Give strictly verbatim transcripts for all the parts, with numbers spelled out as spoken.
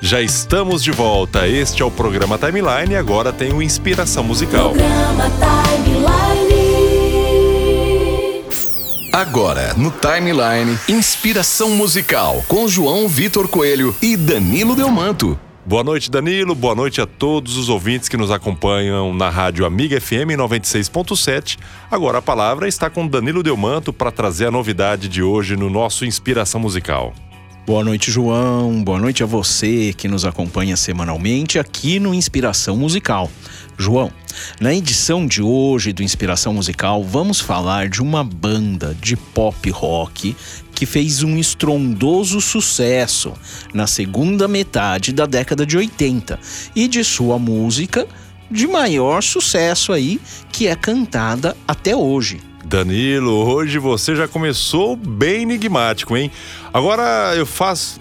Já estamos de volta. Este é o programa Timeline e agora tem o Inspiração Musical. Programa Timeline. Agora, no Timeline, Inspiração Musical, com João Vitor Coelho e Danilo Delmanto. Boa noite, Danilo. Boa noite a todos os ouvintes que nos acompanham na Rádio Amiga F M noventa e seis ponto sete. Agora a palavra está com Danilo Delmanto para trazer a novidade de hoje no nosso Inspiração Musical. Boa noite, João. Boa noite a você que nos acompanha semanalmente aqui no Inspiração Musical. João, na edição de hoje do Inspiração Musical, vamos falar de uma banda de pop rock que fez um estrondoso sucesso na segunda metade da década de oitenta e de sua música de maior sucesso aí, que é cantada até hoje. Danilo, hoje você já começou bem enigmático, hein? Agora eu faço...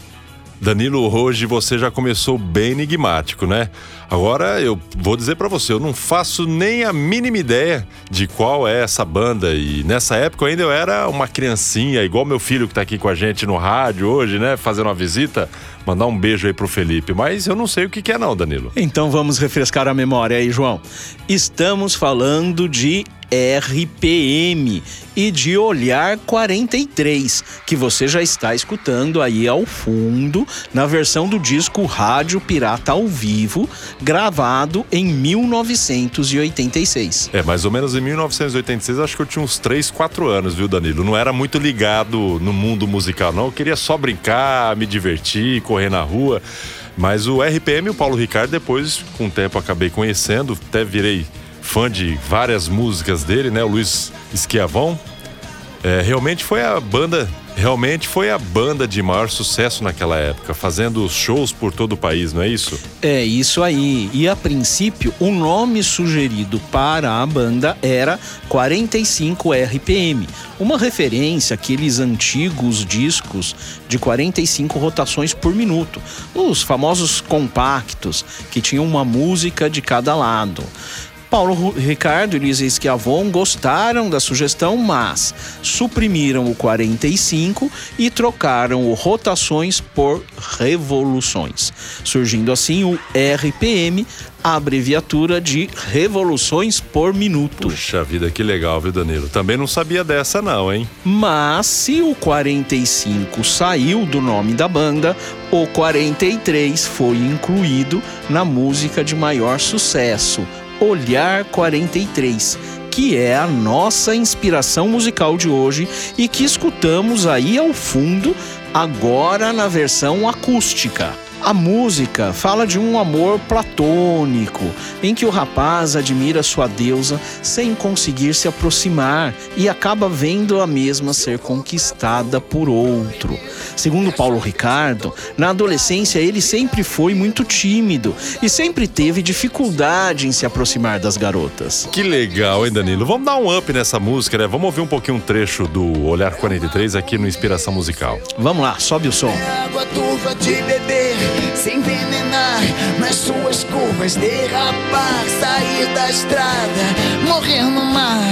Danilo, hoje você já começou bem enigmático, né? Agora eu vou dizer pra você, eu não faço nem a mínima ideia de qual é essa banda. E nessa época ainda eu era uma criancinha, igual meu filho que tá aqui com a gente no rádio hoje, né? Fazendo uma visita. Mandar um beijo aí pro Felipe. Mas eu não sei o que que é não, Danilo. Então vamos refrescar a memória aí, João. Estamos falando de R P M e de Olhar quarenta e três, que você já está escutando aí ao fundo na versão do disco Rádio Pirata ao Vivo, gravado em mil novecentos e oitenta e seis. É, mais ou menos em mil novecentos e oitenta e seis, acho que eu tinha uns três, quatro anos, viu, Danilo? Não era muito ligado no mundo musical, não. Eu queria só brincar, me divertir, correr na rua. Mas o R P M, o Paulo Ricardo, depois, com o tempo, acabei conhecendo, até virei fã de várias músicas dele, né? O Luiz Schiavon. É, realmente foi a banda, realmente foi a banda de maior sucesso naquela época, fazendo shows por todo o país, não é isso? É isso aí. E a princípio, o nome sugerido para a banda era quarenta e cinco R P M, uma referência àqueles antigos discos de quarenta e cinco rotações por minuto, os famosos compactos que tinham uma música de cada lado. Paulo Ricardo e Luiz Schiavon gostaram da sugestão, mas suprimiram o quarenta e cinco e trocaram o rotações por revoluções, surgindo assim o R P M, a abreviatura de revoluções por minuto. Puxa vida, que legal, viu, Danilo? Também não sabia dessa não, hein? Mas se o quarenta e cinco saiu do nome da banda, o quarenta e três foi incluído na música de maior sucesso, Olhar quarenta e três, que é a nossa inspiração musical de hoje e que escutamos aí ao fundo, agora na versão acústica. A música fala de um amor platônico, em que o rapaz admira sua deusa sem conseguir se aproximar e acaba vendo a mesma ser conquistada por outro. Segundo Paulo Ricardo, na adolescência ele sempre foi muito tímido e sempre teve dificuldade em se aproximar das garotas. Que legal, hein, Danilo? Vamos dar um up nessa música, né? Vamos ouvir um pouquinho um trecho do Olhar quarenta e três aqui no Inspiração Musical. Vamos lá, sobe o som. É água turva de beber, se envenenar nas suas curvas, derrapar, sair da estrada, morrer no mar.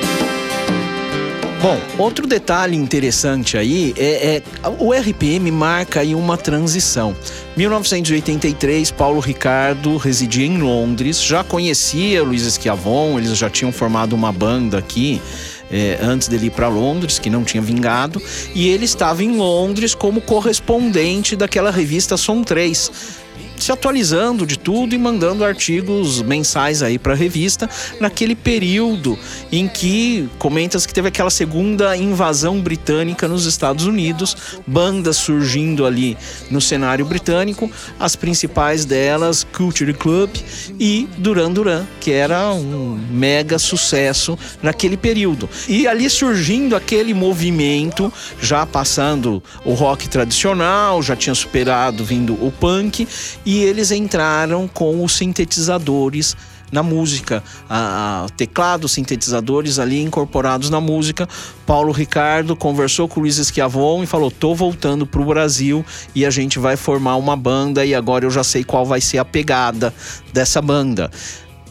Bom, outro detalhe interessante aí é, é o R P M marca aí uma transição. mil novecentos e oitenta e três, Paulo Ricardo residia em Londres, já conhecia Luiz Schiavon, eles já tinham formado uma banda aqui é, antes dele ir para Londres, que não tinha vingado, e ele estava em Londres como correspondente daquela revista Som três, se atualizando de tudo e mandando artigos mensais aí para a revista, naquele período em que comenta-se que teve aquela segunda invasão britânica nos Estados Unidos, bandas surgindo ali no cenário britânico, as principais delas, Culture Club e Duran Duran, que era um mega sucesso naquele período. E ali surgindo aquele movimento, já passando o rock tradicional, já tinha superado vindo o punk, e eles entraram com os sintetizadores na música, a, a, teclados, sintetizadores ali incorporados na música. Paulo Ricardo conversou com o Luiz Schiavon e falou: tô voltando pro Brasil e a gente vai formar uma banda e agora eu já sei qual vai ser a pegada dessa banda.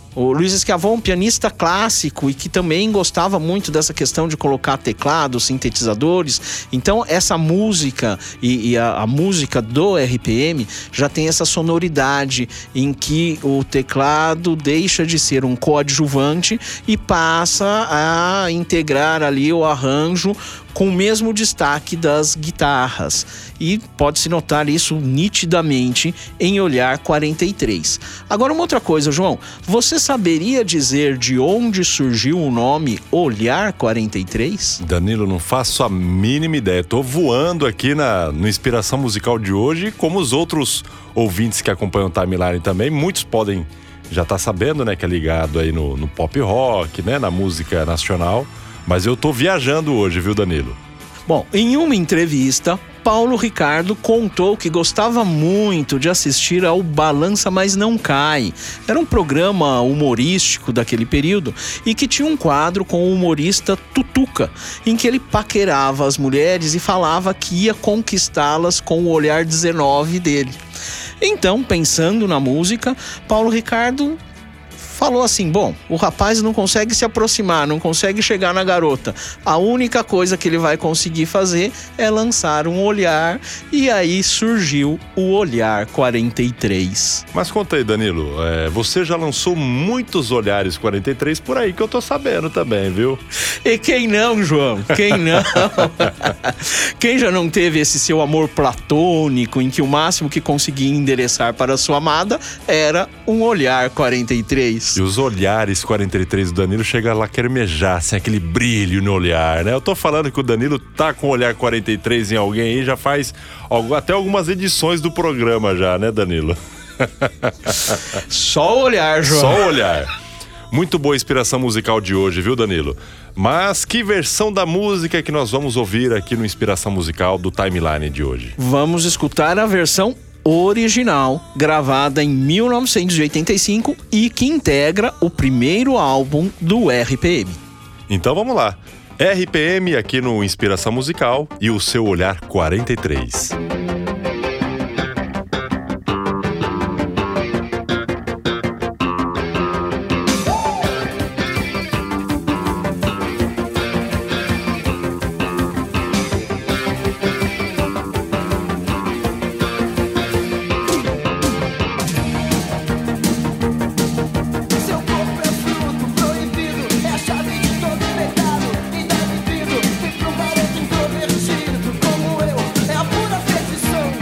O Luiz Schiavone, um pianista clássico e que também gostava muito dessa questão de colocar teclados, sintetizadores. Então essa música e, e a, a música do R P M já tem essa sonoridade em que o teclado deixa de ser um coadjuvante e passa a integrar ali o arranjo com o mesmo destaque das guitarras. E pode-se notar isso nitidamente em Olhar quarenta e três. Agora, uma outra coisa, João. Você saberia dizer de onde surgiu o nome Olhar quarenta e três? Danilo, não faço a mínima ideia. Tô voando aqui na, na inspiração musical de hoje, como os outros ouvintes que acompanham o Timeline também. Muitos podem já estar sabendo, né, que é ligado aí no, no pop rock, né, na música nacional. Mas eu tô viajando hoje, viu, Danilo? Bom, em uma entrevista, Paulo Ricardo contou que gostava muito de assistir ao Balança Mas Não Cai. Era um programa humorístico daquele período e que tinha um quadro com o humorista Tutuca, em que ele paquerava as mulheres e falava que ia conquistá-las com o olhar dezenove dele. Então, pensando na música, Paulo Ricardo falou assim: bom, o rapaz não consegue se aproximar, não consegue chegar na garota. A única coisa que ele vai conseguir fazer é lançar um olhar. E aí surgiu o Olhar quarenta e três. Mas conta aí, Danilo, é, você já lançou muitos Olhares quarenta e três por aí que eu tô sabendo também, viu? E quem não, João? Quem não? Quem já não teve esse seu amor platônico em que o máximo que conseguia endereçar para a sua amada era um Olhar quarenta e três? E os olhares quarenta e três do Danilo chega a lacrimejar, assim, aquele brilho no olhar, né? Eu tô falando que o Danilo tá com o Olhar quarenta e três em alguém aí, já faz até algumas edições do programa já, né, Danilo? Só o olhar, João. Só o olhar. Muito boa inspiração musical de hoje, viu, Danilo? Mas que versão da música que nós vamos ouvir aqui no Inspiração Musical do Timeline de hoje? Vamos escutar a versão original, gravada em mil novecentos e oitenta e cinco e que integra o primeiro álbum do R P M. Então vamos lá. R P M aqui no Inspiração Musical e o seu Olhar quarenta e três. Como eu, é a pura perfeição.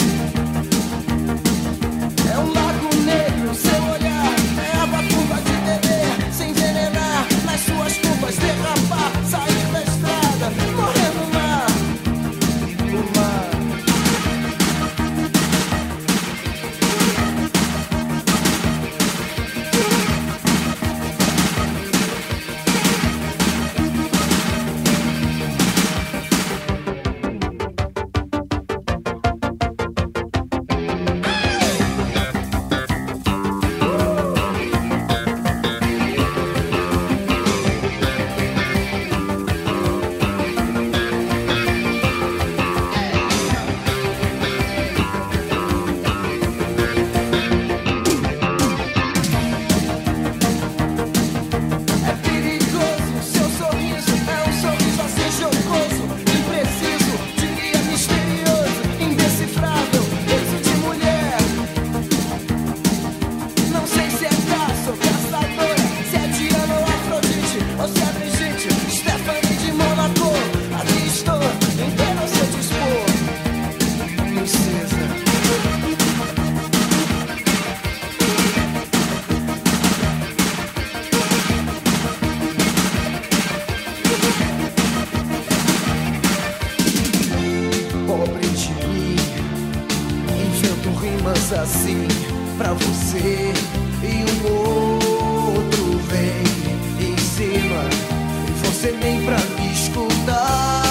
assim pra você e um outro vem em cima e você nem pra me escutar.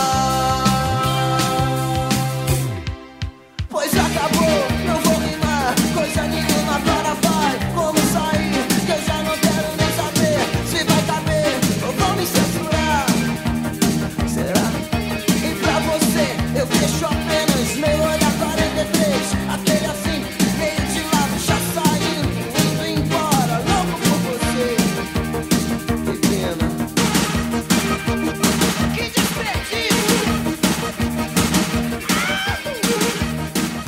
Pois acabou, não vou rimar coisa nenhuma, agora vai, como sair, que eu já não quero nem saber se vai caber ou vão me censurar. Será? E pra você eu fecho apenas meu olhar quarenta e três, aquele assim, meio de lado, já saindo, indo embora, louco por você.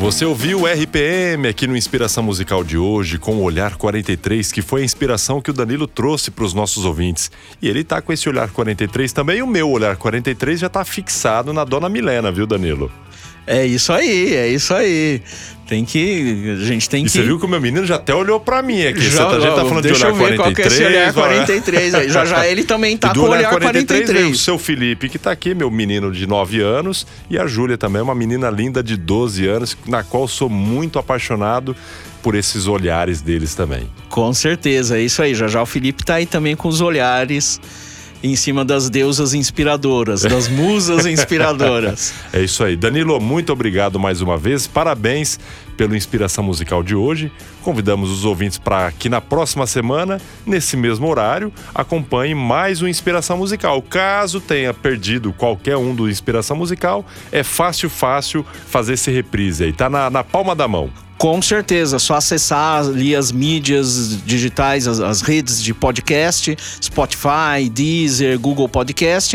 Você ouviu o R P M aqui no Inspiração Musical de hoje com o Olhar quarenta e três, que foi a inspiração que o Danilo trouxe para os nossos ouvintes. E ele tá com esse Olhar quarenta e três também, e o meu Olhar quarenta e três já tá fixado na Dona Milena, viu, Danilo? É isso aí, é isso aí. Tem que... A gente tem e que... você viu que o meu menino já até olhou pra mim aqui. Já, você tá, já tá falando deixa de Olhar eu ver quarenta e três. Qual que é esse Olhar quarenta e três aí. Já já ele também tá com o Olhar quarenta e três. Veio o seu Felipe, que tá aqui, meu menino de nove anos. E a Júlia também, uma menina linda de doze anos, na qual sou muito apaixonado por esses olhares deles também. Com certeza, é isso aí. Já já o Felipe tá aí também com os olhares em cima das deusas inspiradoras, das musas inspiradoras. É isso aí. Danilo, muito obrigado mais uma vez. Parabéns pela Inspiração Musical de hoje. Convidamos os ouvintes para que na próxima semana, nesse mesmo horário, acompanhe mais um Inspiração Musical. Caso tenha perdido qualquer um do Inspiração Musical, é fácil, fácil fazer esse reprise aí. Tá na, na palma da mão. Com certeza, só acessar ali as mídias digitais, as, as redes de podcast, Spotify, Deezer, Google Podcast,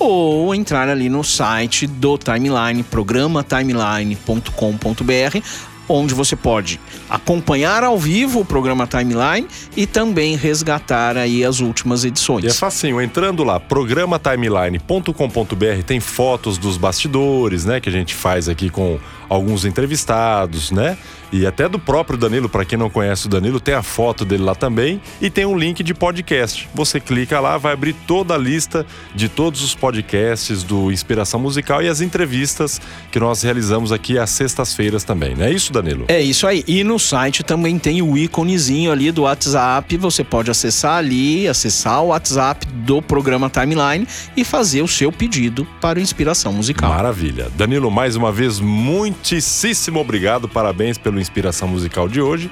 ou entrar ali no site do Timeline, programa timeline ponto com ponto b r, onde você pode acompanhar ao vivo o programa Timeline e também resgatar aí as últimas edições. E é facinho, entrando lá, programa timeline ponto com ponto b r, tem fotos dos bastidores, né, que a gente faz aqui com alguns entrevistados, né? E até do próprio Danilo, para quem não conhece o Danilo, tem a foto dele lá também e tem um link de podcast. Você clica lá, vai abrir toda a lista de todos os podcasts do Inspiração Musical e as entrevistas que nós realizamos aqui às sextas-feiras também, não é isso, Danilo? É isso aí. E no site também tem o íconezinho ali do WhatsApp, você pode acessar ali, acessar o WhatsApp do programa Timeline e fazer o seu pedido para o Inspiração Musical. Maravilha. Danilo, mais uma vez, muitíssimo obrigado, parabéns pelo Inspiração Musical de hoje.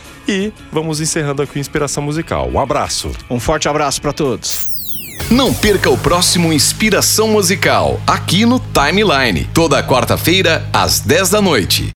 E vamos encerrando aqui o Inspiração Musical. Um abraço. Um forte abraço para todos. Não perca o próximo Inspiração Musical, aqui no Timeline, toda quarta-feira, às dez da noite.